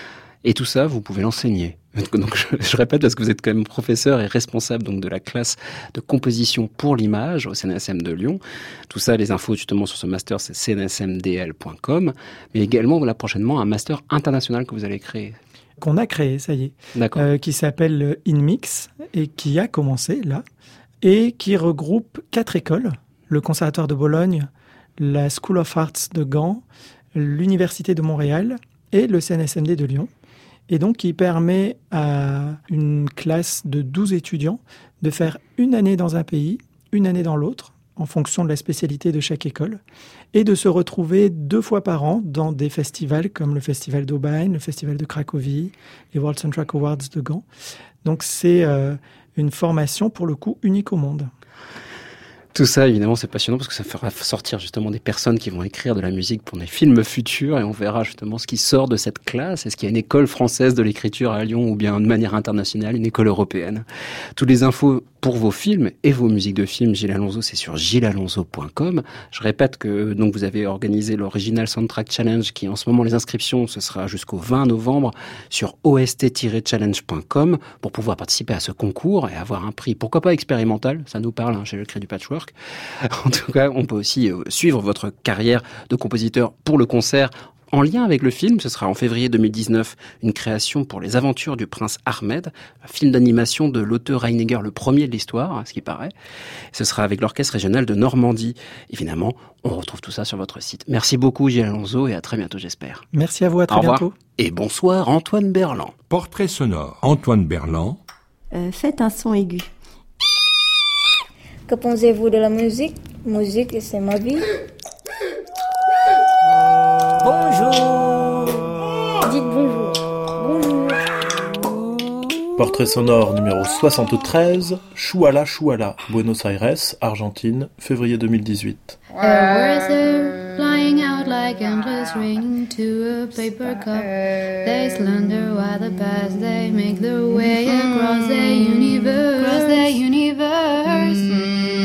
Et tout ça, vous pouvez l'enseigner. Donc, je répète, parce que vous êtes quand même professeur et responsable donc de la classe de composition pour l'image au CNSM de Lyon. Tout ça, les infos justement sur ce master, c'est cnsmdl.com. Mais également, là, prochainement, un master international que vous allez créer. Qu'on a créé, ça y est. D'accord. Qui s'appelle InMix et qui a commencé là. Et qui regroupe 4 écoles. Le Conservatoire de Bologne, la School of Arts de Gand, l'Université de Montréal et le CNSMD de Lyon. Et donc, il permet à une classe de 12 étudiants de faire une année dans un pays, une année dans l'autre, en fonction de la spécialité de chaque école, et de se retrouver 2 fois par an dans des festivals comme le Festival d'Aubagne, le Festival de Cracovie, les World Soundtrack Awards de Gand. Donc, c'est une formation, pour le coup, unique au monde. Tout ça, évidemment, c'est passionnant parce que ça fera sortir justement des personnes qui vont écrire de la musique pour des films futurs et on verra justement ce qui sort de cette classe. Est-ce qu'il y a une école française de l'écriture à Lyon ou bien de manière internationale, une école européenne? Toutes les infos pour vos films et vos musiques de films, Gilles Alonso, c'est sur gillesalonso.com. Je répète que donc vous avez organisé l'Original Soundtrack Challenge qui en ce moment les inscriptions, ce sera jusqu'au 20 novembre sur ost-challenge.com pour pouvoir participer à ce concours et avoir un prix, pourquoi pas expérimental, ça nous parle chez le Cri du Patchwork. En tout cas, on peut aussi suivre votre carrière de compositeur pour le concert en lien avec le film. Ce sera en février 2019 une création pour les aventures du prince Ahmed, un film d'animation de l'auteur Reiniger, le premier de l'histoire, à ce qui paraît. Ce sera avec l'Orchestre régional de Normandie. Évidemment, on retrouve tout ça sur votre site. Merci beaucoup Gilles Alonso et à très bientôt, j'espère. Merci à vous, à très bientôt. Et bonsoir Antoine Berland. Portrait sonore, Antoine Berland. Faites un son aigu. Que pensez-vous de la musique? Musique, c'est ma vie. Bonjour. Dites bonjour. Bonjour. Portrait sonore numéro 73, Chouala Chouala, Buenos Aires, Argentine, février 2018. Birds are flying out like endless rain to a paper cup. They slender while they pass, they make their way across the universe. Across the universe.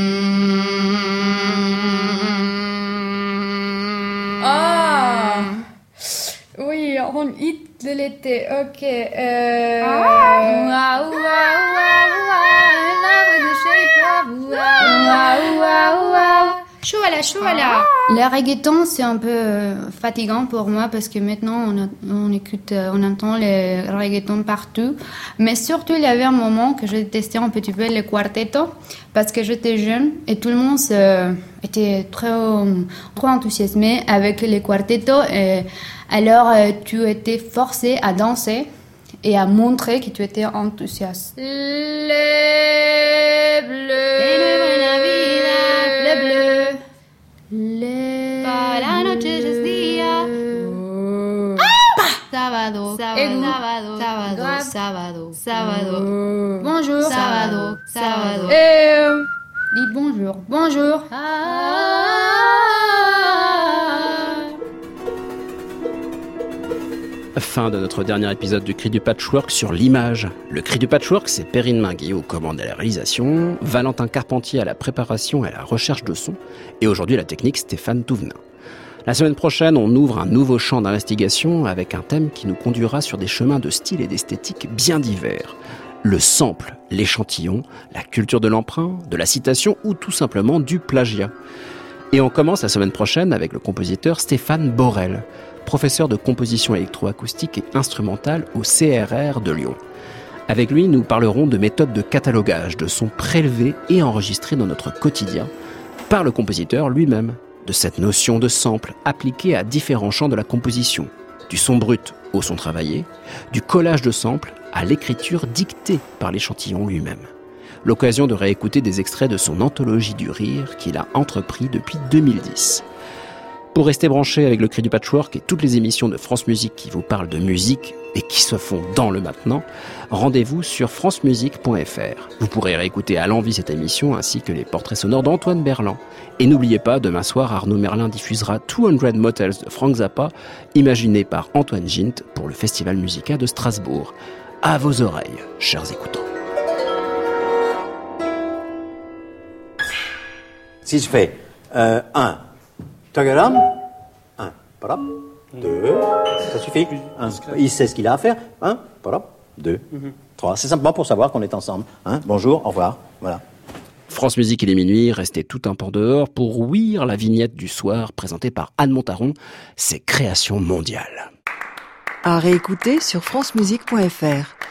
Oui, on hit de l'été, ok. Chouala. Le reggaeton, c'est un peu fatigant pour moi parce que maintenant on entend le reggaeton partout. Mais surtout, il y avait un moment que je détestais un petit peu le quartetto parce que j'étais jeune et tout le monde était trop enthousiasmé avec les quartettos. Et alors, tu étais forcé à danser et à montrer que tu étais enthousiaste. Les bleus. Para noche es día. Sábado. Bonjour. Sábado. Dites bonjour. Fin de notre dernier épisode du Cri du Patchwork sur l'image. Le Cri du Patchwork, c'est Perrine Minguet aux commandes à la réalisation, Valentin Carpentier à la préparation et à la recherche de son, et aujourd'hui la technique Stéphane Touvenin. La semaine prochaine, on ouvre un nouveau champ d'investigation avec un thème qui nous conduira sur des chemins de style et d'esthétique bien divers. Le sample, l'échantillon, la culture de l'emprunt, de la citation ou tout simplement du plagiat. Et on commence la semaine prochaine avec le compositeur Stéphane Borel, professeur de composition électroacoustique et instrumentale au CRR de Lyon. Avec lui, nous parlerons de méthodes de catalogage, de sons prélevés et enregistrés dans notre quotidien, par le compositeur lui-même, de cette notion de sample appliquée à différents champs de la composition, du son brut au son travaillé, du collage de samples à l'écriture dictée par l'échantillon lui-même. L'occasion de réécouter des extraits de son anthologie du rire qu'il a entrepris depuis 2010. Pour rester branché avec le Cri du Patchwork et toutes les émissions de France Musique qui vous parlent de musique et qui se font dans le maintenant, rendez-vous sur francemusique.fr. Vous pourrez réécouter à l'envi cette émission ainsi que les portraits sonores d'Antoine Berland. Et n'oubliez pas, demain soir, Arnaud Merlin diffusera 200 Motels de Frank Zappa, imaginé par Antoine Gint pour le Festival Musica de Strasbourg. À vos oreilles, chers écoutants. Si je fais 1, tagaram, 1, parap, 2, ça suffit. Il sait ce qu'il a à faire. 1, parap, 2, 3. C'est simplement pour savoir qu'on est ensemble. Bonjour, au revoir. Voilà. France Musique, il est minuit, restez tout un pan dehors pour ouïr la vignette du soir présentée par Anne Montaron, ses créations mondiales. À réécouter sur francemusique.fr.